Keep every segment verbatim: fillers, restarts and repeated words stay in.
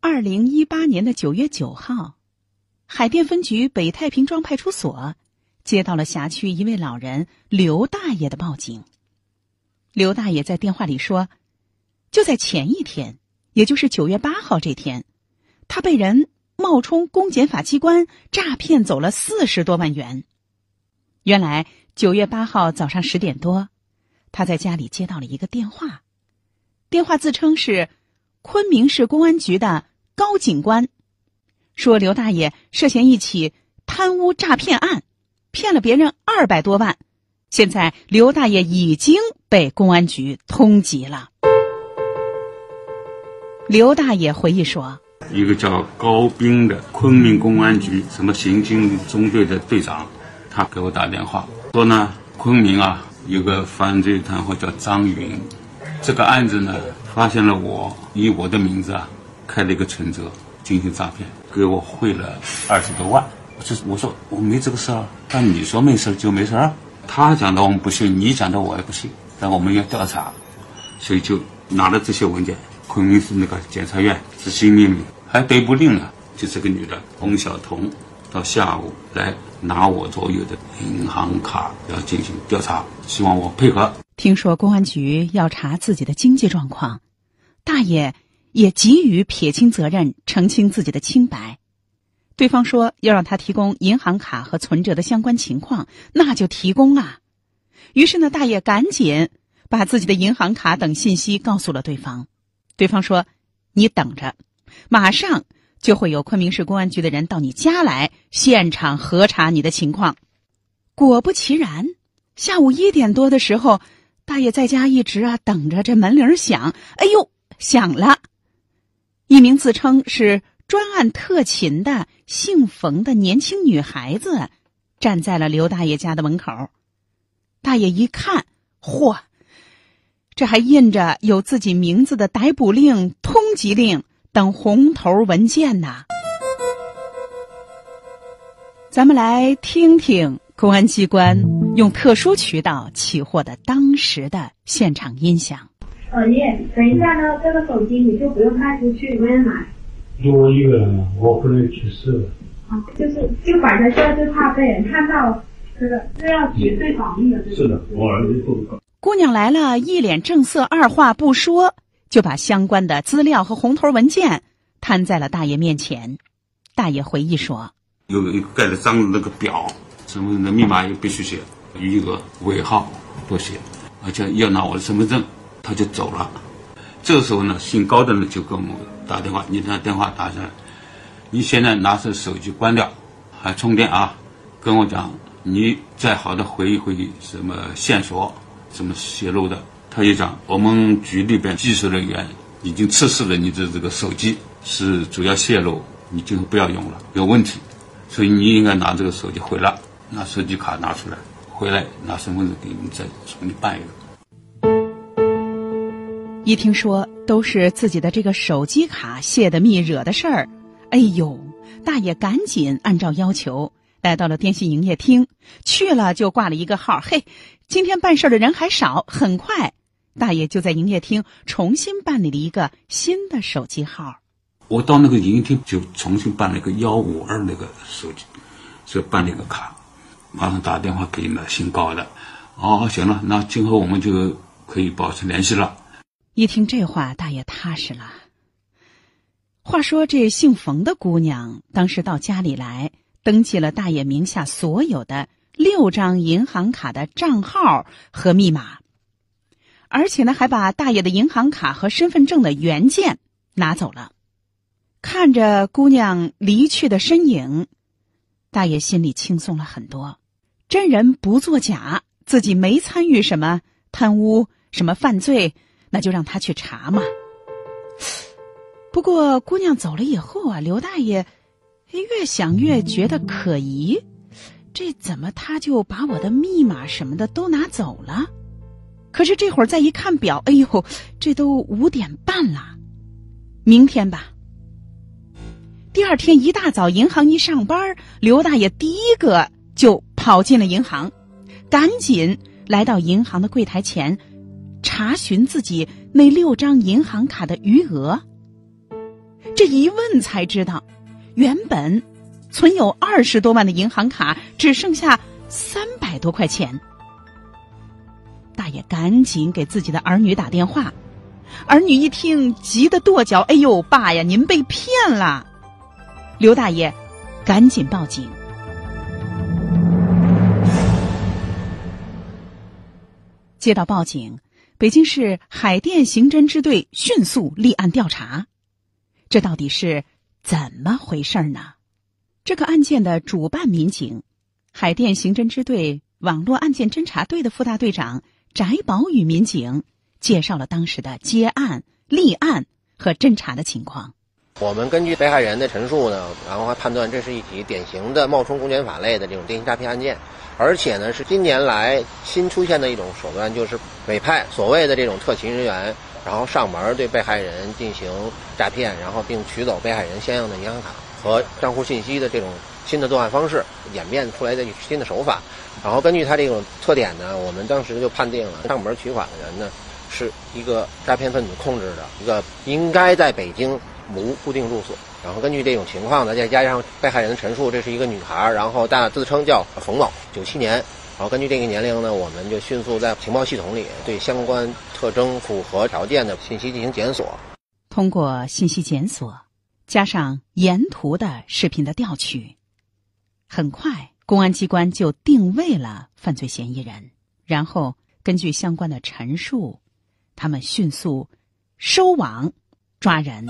二零一八年的九月九号，海淀分局北太平庄派出所接到了辖区一位老人刘大爷的报警。刘大爷在电话里说，就在前一天，也就是九月八号这天，他被人冒充公检法机关诈骗走了四十多万元。原来九月八号早上十点多，他在家里接到了一个电话，电话自称是昆明市公安局的高警官，说刘大爷涉嫌一起贪污诈骗案，骗了别人二百多万，现在刘大爷已经被公安局通缉了。刘大爷回忆说， 一个叫高斌的昆明公安局什么刑警中队的队长，他给我打电话说呢，昆明啊有个犯罪团伙叫张云，这个案子呢发现了我以我的名字啊开了一个存折进行诈骗，给我汇了二十多万。我说我没这个事儿，但你说没事就没事儿。他讲的我们不信，你讲的我也不信，但我们要调查，所以就拿了这些文件，昆明市那个检察院执行命令，还逮捕令了，就这个女的洪晓彤到下午来拿我所有的银行卡要进行调查，希望我配合。 听说公安局要查自己的经济状况，大爷也急于撇清责任，澄清自己的清白。对方说要让他提供银行卡和存折的相关情况，那就提供啊。于是呢，大爷赶紧把自己的银行卡等信息告诉了对方。对方说，你等着，马上就会有昆明市公安局的人到你家来现场核查你的情况。果不其然，下午一点多的时候，大爷在家一直啊等着，这门铃响，哎呦，响了。一名自称是专案特勤的姓冯的年轻女孩子站在了刘大爷家的门口。大爷一看，嚯，这还印着有自己名字的逮捕令、通缉令等红头文件呢。咱们来听听公安机关用特殊渠道起获的当时的现场音响。 呃，你等一下呢，这个手机你就不用派出去，我也买。 就我一个人，我不能去世了。 啊，就是就摆在这，就怕被人看到，这个这要绝对保密的。 是的，我儿子做不到。 姑娘来了，一脸正色，二话不说就把相关的资料和红头文件摊在了大爷面前。大爷回忆说， 有一个盖了章的那个表，身份证的密码也必须写，余额尾号都写，而且要拿我的身份证，他就走了。这个时候呢，姓高的呢就跟我们打电话，你拿电话打上来，你现在拿着手机关掉，还充电啊，跟我讲你再好的回忆回忆什么线索什么泄露的。他也讲我们局里边技术人员已经测试了你的这个手机是主要泄露，你今后不要用了，有问题，所以你应该拿这个手机回来，拿手机卡拿出来，回来拿身份证给你再重新办一个。 一听说都是自己的这个手机卡泄的密惹的事儿，哎呦，大爷赶紧按照要求来到了电信营业厅，去了就挂了一个号。嘿，今天办事的人还少，很快大爷就在营业厅重新办理了一个新的手机号。 我到那个营业厅就重新办了一个一五二那个手机，所以办了一个卡，马上打电话给那姓高的。哦，行了，那今后我们就可以保持联系了。 一听这话，大爷踏实了。话说这姓冯的姑娘当时到家里来，登记了大爷名下所有的六张银行卡的账号和密码，而且呢还把大爷的银行卡和身份证的原件拿走了。看着姑娘离去的身影，大爷心里轻松了很多，真人不作假，自己没参与什么贪污什么犯罪，那就让他去查嘛。不过姑娘走了以后啊，刘大爷越想越觉得可疑，这怎么他就把我的密码什么的都拿走了？可是这会儿再一看表，哎呦，这都五点半了，明天吧。第二天一大早，银行一上班，刘大爷第一个就跑进了银行，赶紧来到银行的柜台前查询自己那六张银行卡的余额。这这一问才知道，原本存有二十多万的银行卡只剩下三百多块钱。大爷赶紧给自己的儿女打电话，儿女一听急得跺脚，哎呦，爸呀，您被骗了！刘大爷赶紧报警。接到报警，北京市海淀刑侦支队迅速立案调查。这到底是怎么回事呢？这个案件的主办民警，海淀刑侦支队网络案件侦查队的副大队长翟宝宇民警介绍了当时的接案、立案和侦查的情况。 我们根据被害人的陈述呢，然后还判断这是一起典型的冒充公检法类的这种电信诈骗案件，而且呢是近年来新出现的一种手段，就是委派所谓的这种特勤人员，然后上门对被害人进行诈骗，然后并取走被害人相应的银行卡和账户信息的这种新的作案方式演变出来的新的手法。然后根据他这种特点呢，我们当时就判定了上门取款的人呢是一个诈骗分子控制的一个应该在北京无固定住所。然后根据这种情况呢，再加上被害人的陈述，这是一个女孩，然后大自称叫冯某，九七年。然后根据这个年龄呢，我们就迅速在情报系统里对相关特征符合条件的信息进行检索。 通过信息检索，加上沿途的视频的调取，很快公安机关就定位了犯罪嫌疑人，然后根据相关的陈述，他们迅速收网抓人。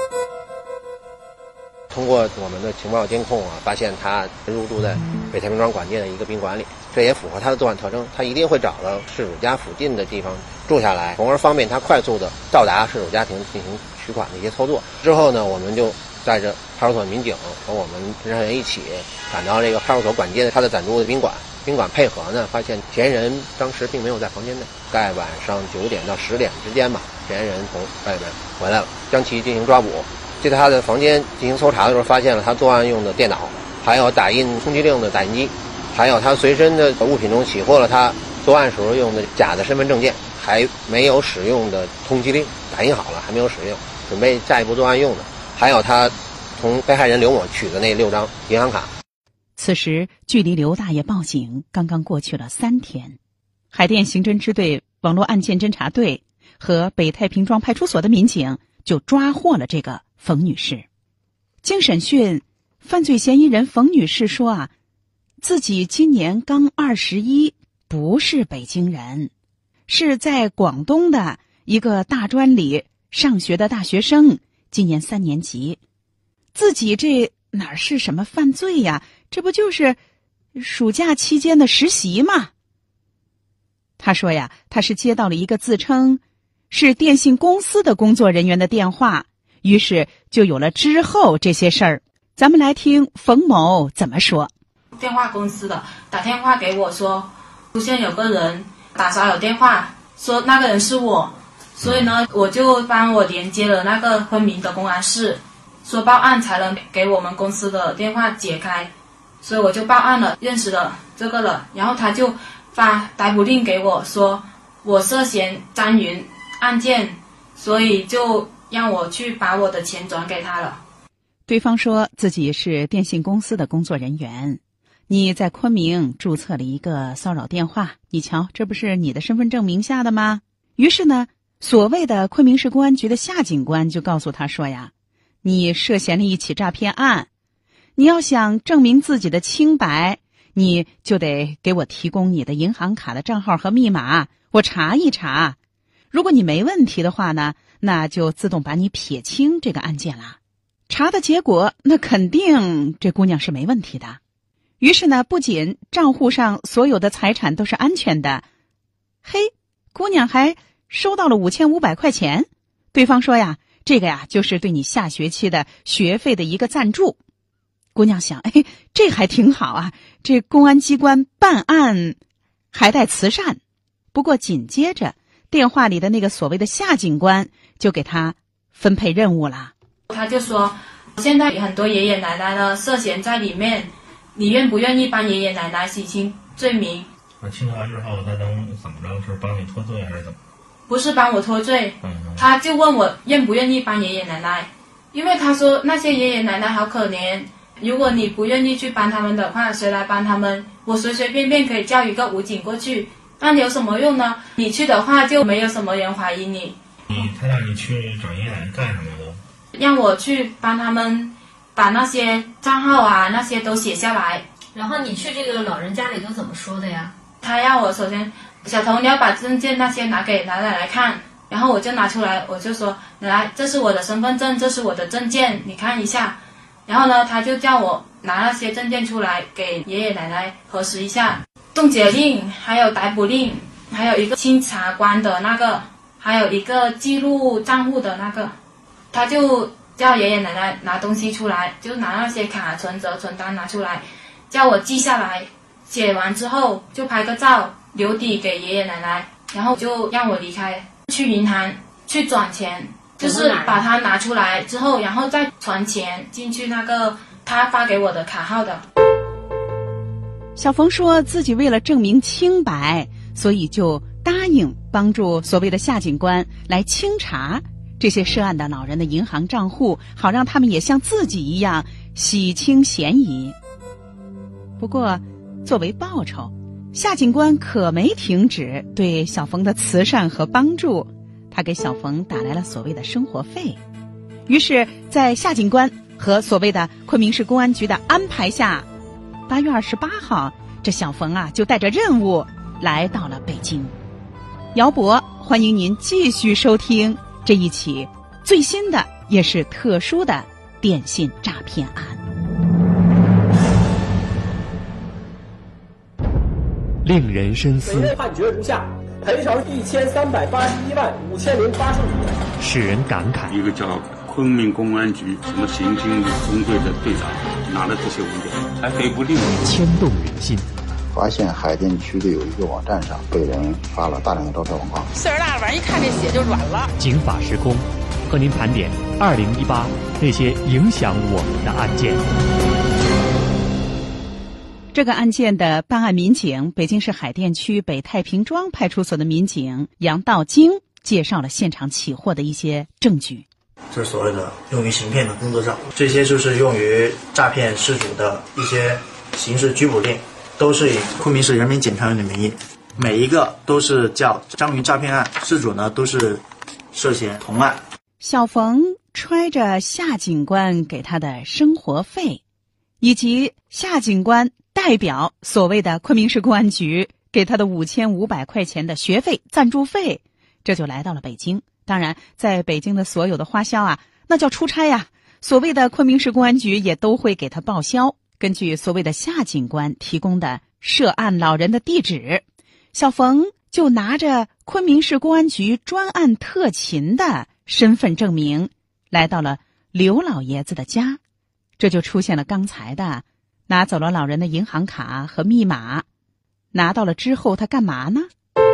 通过我们的情报监控啊，发现他入住在北太平庄管界的一个宾馆里，这也符合他的作案特征。他一定会找到事主家附近的地方住下来，从而方便他快速的到达事主家庭进行取款的一些操作。之后呢，我们就带着派出所民警和我们侦查员一起赶到这个派出所管界的他的暂住的宾馆。宾馆配合呢，发现嫌疑人当时并没有在房间内，在晚上九点到十点之间吧，嫌疑人从外面回来了，将其进行抓捕。在他的房间进行搜查的时候，发现了他作案用的电脑，还有打印通缉令的打印机，还有他随身的物品中起获了他作案时候用的假的身份证件，还没有使用的通缉令，打印好了还没有使用，准备下一步作案用的，还有他从被害人刘某取的那六张银行卡。 此时距离刘大爷报警刚刚过去了三天，海淀刑侦支队网络案件侦查队和北太平庄派出所的民警就抓获了这个冯女士。经审讯，犯罪嫌疑人冯女士说啊，自己今年刚二十一，不是北京人，是在广东的一个大专里上学的大学生，今年三年级。自己这哪是什么犯罪呀？这不就是暑假期间的实习吗？他说呀，他是接到了一个自称是电信公司的工作人员的电话，于是就有了之后这些事儿。咱们来听冯某怎么说。 电话公司的打电话给我说，出现有个人打骚扰电话，说那个人是我，所以呢，我就帮我连接了那个昆明的公安室，说报案才能给我们公司的电话解开，所以我就报案了，认识了这个人，然后他就发逮捕令给我，说我涉嫌沾云案件，所以就让我去把我的钱转给他了。 对方说自己是电信公司的工作人员，你在昆明注册了一个骚扰电话，你瞧，这不是你的身份证名下的吗？于是呢，所谓的昆明市公安局的夏警官就告诉他说呀，你涉嫌了一起诈骗案，你要想证明自己的清白，你就得给我提供你的银行卡的账号和密码，我查一查。如果你没问题的话呢，那就自动把你撇清这个案件了。查的结果，那肯定这姑娘是没问题的。于是呢，不仅账户上所有的财产都是安全的，嘿，姑娘还收到了五千五百块钱。对方说呀，这个呀就是对你下学期的学费的一个赞助。姑娘想，哎，这还挺好啊，这公安机关办案还带慈善。不过紧接着电话里的那个所谓的夏警官就给他分配任务了。 他就说，现在很多爷爷奶奶呢涉嫌在里面，你愿不愿意帮爷爷奶奶洗清罪名？ 那清完之后他能怎么着？就是帮你脱罪还是怎么？ 不是帮我脱罪，嗯，他就问我愿不愿意帮爷爷奶奶因为他说那些爷爷奶奶好可怜，如果你不愿意去帮他们的话，谁来帮他们？我随随便便可以叫一个武警过去，那有什么用呢？你去的话就没有什么人怀疑你。 你他让你去找爷爷奶奶干什么的？ 让我去帮他们把那些账号啊那些都写下来。 然后你去这个老人家里都怎么说的呀？ 他让我首先，小童你要把证件那些拿给奶奶来看，然后我就拿出来，我就说来，这是我的身份证，这是我的证件，你看一下。然后呢，他就叫我拿那些证件出来给爷爷奶奶核实一下，冻结令，还有逮捕令，还有一个清查官的那个，还有一个记录账户的那个。他就叫爷爷奶奶拿东西出来，就拿那些卡、存折、存单拿出来，叫我记下来，写完之后就拍个照留底给爷爷奶奶，然后就让我离开，去银行去转钱，就是把它拿出来之后，然后再传钱进去那个他发给我的卡号的。 小冯说自己为了证明清白，所以就答应帮助所谓的夏警官来清查这些涉案的老人的银行账户，好让他们也像自己一样洗清嫌疑。不过作为报酬，夏警官可没停止对小冯的慈善和帮助，他给小冯打来了所谓的生活费。于是在夏警官和所谓的昆明市公安局的安排下，八月二十八号，这小冯啊就带着任务来到了北京。姚博，欢迎您继续收听这一起最新的也是特殊的电信诈骗案。 令人深思。 本院判决如下：赔偿一千三百八十一万五千零八十五元。 使人感慨。 一个叫昆明公安局什么刑警中队的队长拿了这些文件，还给不令牵动人心。 发现海淀区的有一个网站上被人发了大量的招标广告， 岁数大了，晚上一看这血就软了。 警法时空，和您盘点二零一八那些影响我们的案件。 这个案件的办案民警，北京市海淀区北太平庄派出所的民警杨道京介绍了现场起获的一些证据。 这是所谓的用于行骗的工作照，这些就是用于诈骗事主的一些刑事拘捕令，都是以昆明市人民检察院的名义，每一个都是叫章鱼诈骗案，事主呢都是涉嫌同案。 小冯揣着夏警官给他的生活费，以及夏警官代表所谓的昆明市公安局给他的五千五百块钱的学费赞助费，这就来到了北京。当然在北京的所有的花销啊，那叫出差呀，所谓的昆明市公安局也都会给他报销。根据所谓的夏警官提供的涉案老人的地址，小冯就拿着昆明市公安局专案特勤的身份证明来到了刘老爷子的家。这就出现了刚才的拿走了老人的银行卡和密码。拿到了之后他干嘛呢？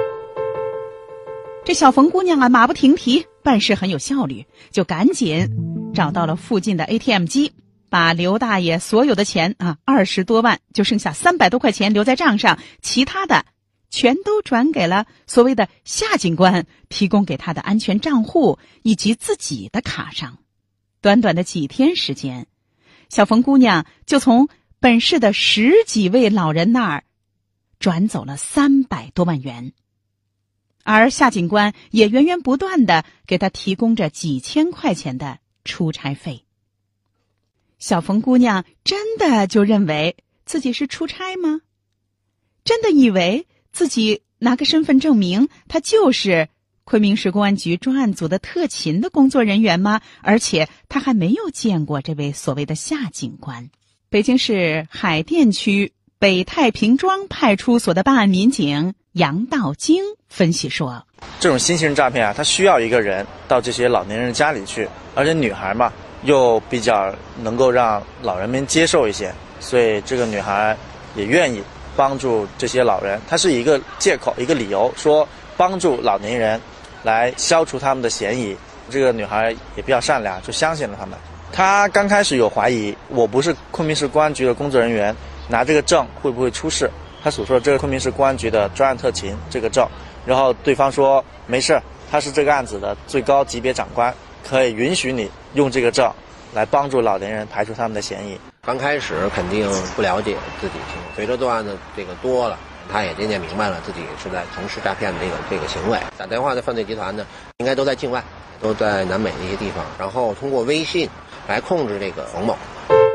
这小冯姑娘啊，马不停蹄，办事很有效率，就赶紧找到了附近的 A T M 机，把刘大爷所有的钱啊，二十多万，就剩下三百多块钱留在账上，其他的全都转给了所谓的夏警官提供给他的安全账户以及自己的卡上。短短的几天时间，小冯姑娘就从本市的十几位老人那儿转走了三百多万元。而夏警官也源源不断地给他提供着几千块钱的出差费。小冯姑娘真的就认为自己是出差吗？真的以为自己拿个身份证明，她就是昆明市公安局专案组的特勤的工作人员吗？而且她还没有见过这位所谓的夏警官。北京市海淀区北太平庄派出所的办案民警杨道京分析说， 这种新型诈骗啊，它需要一个人到这些老年人家里去，而且女孩嘛又比较能够让老人们接受一些，所以这个女孩也愿意帮助这些老人。她是一个借口，一个理由，说帮助老年人来消除他们的嫌疑。这个女孩也比较善良，就相信了他们。她刚开始有怀疑，我不是昆明市公安局的工作人员，拿这个证会不会出事？他所说的这个昆明市公安局的专案特勤这个证，然后对方说没事，他是这个案子的最高级别长官，可以允许你用这个证来帮助老年人排除他们的嫌疑。 刚开始肯定不了解自己情况，随着作案的这个多了，他也渐渐明白了自己是在从事诈骗的这个这个行为。打电话的犯罪集团呢，应该都在境外，都在南美的一些地方，然后通过微信来控制这个冯某。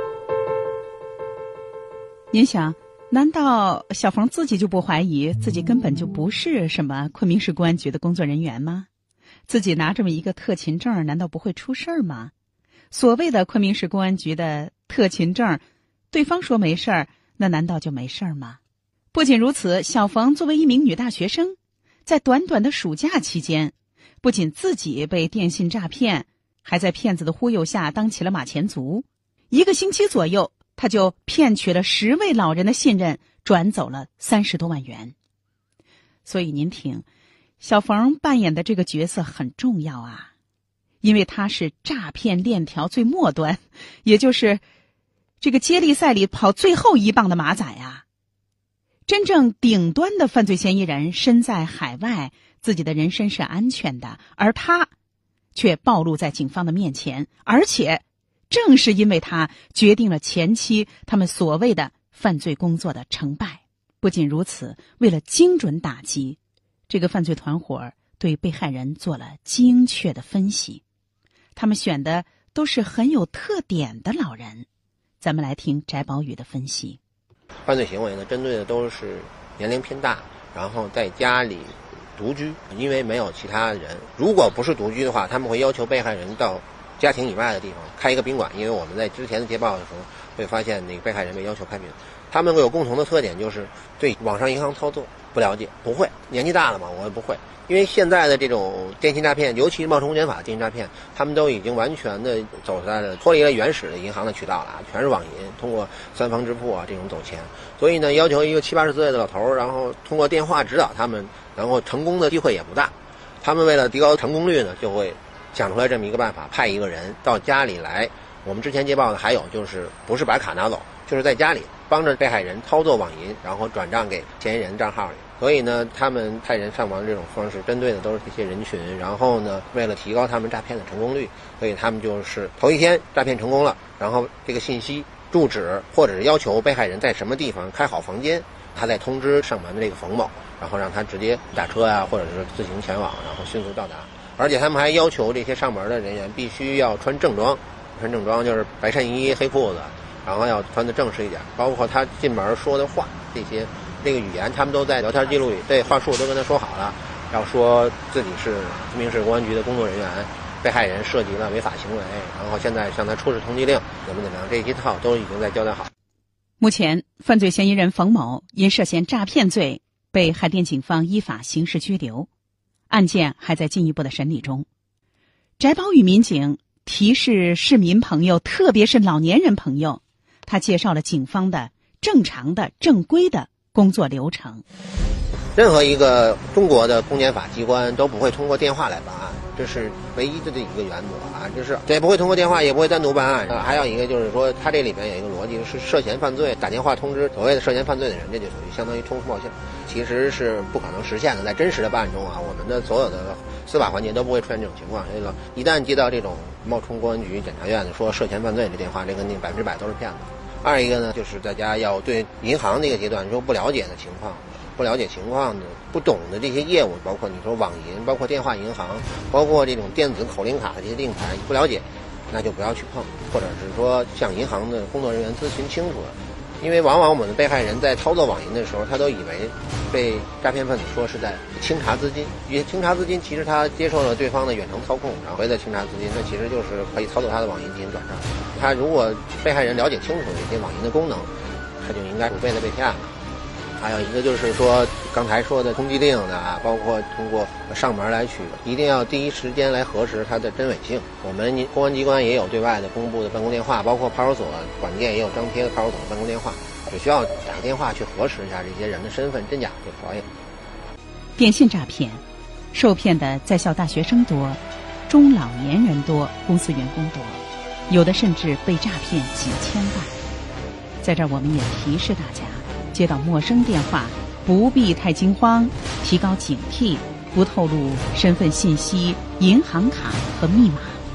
您想，难道小冯自己就不怀疑自己根本就不是什么昆明市公安局的工作人员吗？自己拿这么一个特勤证，难道不会出事儿吗？所谓的昆明市公安局的特勤证，对方说没事儿，那难道就没事儿吗？不仅如此，小冯作为一名女大学生，在短短的暑假期间，不仅自己被电信诈骗，还在骗子的忽悠下当起了马前卒。一个星期左右，他就骗取了十位老人的信任，转走了三十多万元。所以您听，小冯扮演的这个角色很重要啊，因为他是诈骗链条最末端，也就是这个接力赛里跑最后一棒的马仔啊。真正顶端的犯罪嫌疑人身在海外，自己的人身是安全的，而他却暴露在警方的面前，而且正是因为他决定了前期他们所谓的犯罪工作的成败。不仅如此，为了精准打击，这个犯罪团伙对被害人做了精确的分析，他们选的都是很有特点的老人。咱们来听翟宝宇的分析。 犯罪行为呢，针对的都是年龄偏大，然后在家里独居，因为没有其他人。如果不是独居的话，他们会要求被害人到家庭以外的地方开一个宾馆，因为我们在之前的接报的时候会发现那个被害人被要求开宾馆。他们会有共同的特点，就是对网上银行操作不了解，不会，年纪大了嘛，我也不会。因为现在的这种电信诈骗，尤其是冒充公检法的电信诈骗，他们都已经完全的走在了脱离了原始的银行的渠道了，全是网银，通过三方支付啊这种走钱。所以呢，要求一个七八十岁的老头，然后通过电话指导他们，然后成功的机会也不大。他们为了提高成功率呢，就会想出来这么一个办法，派一个人到家里来。我们之前接报的还有就是不是把卡拿走，就是在家里帮着被害人操作网银，然后转账给嫌疑人账号里。所以呢，他们派人上网这种方式，针对的都是这些人群。然后呢，为了提高他们诈骗的成功率，所以他们就是头一天诈骗成功了，然后这个信息、住址或者是要求被害人在什么地方开好房间，他再通知上门的这个冯某，然后让他直接打车呀、啊，或者是自行前往，然后迅速到达。而且他们还要求这些上门的人员必须要穿正装，穿正装就是白衬衣、黑裤子，然后要穿得正式一点，包括他进门说的话，这些这个语言他们都在聊天记录里，这话术都跟他说好了，要说自己是昆明市公安局的工作人员，被害人涉及了违法行为，然后现在向他出示通缉令，怎么怎么样，这一套都已经在交代好。 目前，犯罪嫌疑人冯某因涉嫌诈骗罪被海淀警方依法刑事拘留，案件还在进一步的审理中。翟宝宇民警提示市民朋友，特别是老年人朋友，他介绍了警方的正常的正规的工作流程。 任何一个中国的公检法机关都不会通过电话来办案，这是唯一的这一个原则啊，就是这也不会通过电话，也不会单独办案。啊、还有一个就是说，它这里面有一个逻辑是涉嫌犯罪，打电话通知所谓的涉嫌犯罪的人，这就属于相当于冲突报信，其实是不可能实现的。在真实的办案中啊，我们的所有的司法环节都不会出现这种情况。所以说，一旦接到这种冒充公安局、检察院的说涉嫌犯罪的电话，这个那百分之百都是骗子。二一个呢，就是大家要对银行那个阶段说不了解的情况。不了解情况的、不懂的这些业务，包括你说网银，包括电话银行，包括这种电子口令卡这些令牌，不了解，那就不要去碰，或者是说向银行的工作人员咨询清楚了。因为往往我们的被害人在操作网银的时候，他都以为被诈骗分子说是在清查资金，因为清查资金其实他接受了对方的远程操控，然后回的清查资金，那其实就是可以操作他的网银进行转账。他如果被害人了解清楚这些网银的功能，他就应该不被他被骗了。还有一个就是说，刚才说的通缉令的啊，包括通过上门来取，一定要第一时间来核实它的真伪性。我们公安机关也有对外的公布的办公电话，包括派出所管店也有张贴的派出所的办公电话，只需要打个电话去核实一下这些人的身份真假就可以。 电信诈骗，受骗的在校大学生多，中老年人多，公司员工多，有的甚至被诈骗几千万。在这儿，我们也提示大家，接到陌生电话不必太惊慌，提高警惕，不透露身份信息、银行卡和密码，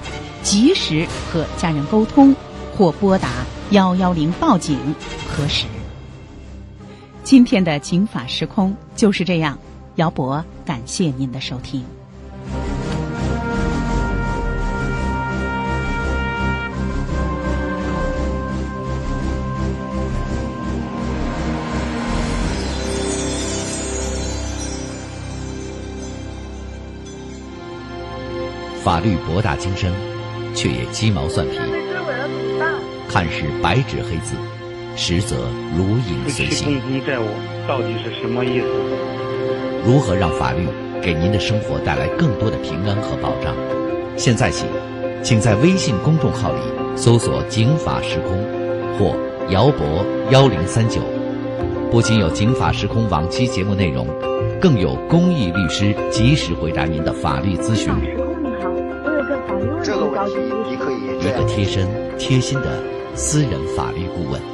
及时和家人沟通，或拨打一一零报警核实。今天的警法时空就是这样，姚博感谢您的收听。 法律博大精深，却也鸡毛蒜皮，看似白纸黑字，实则如影随形。 夫妻共同债务到底是什么意思？ 如何让法律给您的生活带来更多的平安和保障？现在起，请在微信公众号里搜索“警法时空”或“姚博幺零三九”，不仅有警法时空往期节目内容，更有公益律师及时回答您的法律咨询。 这个问题你可以一个贴身贴心的私人法律顾问。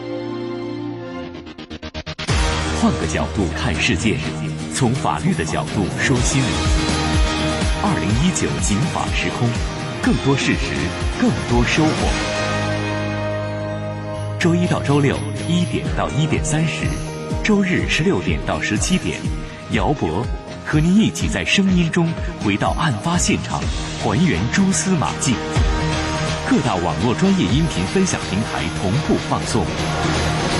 换个角度看世界，从法律的角度说心理。二零一九警法时空，更多事实，更多收获。周一到周六一点到一点三十，周日十六点到十七点，姚博和您一起在声音中回到案发现场，还原蛛丝马迹。各大网络专业音频分享平台同步放送。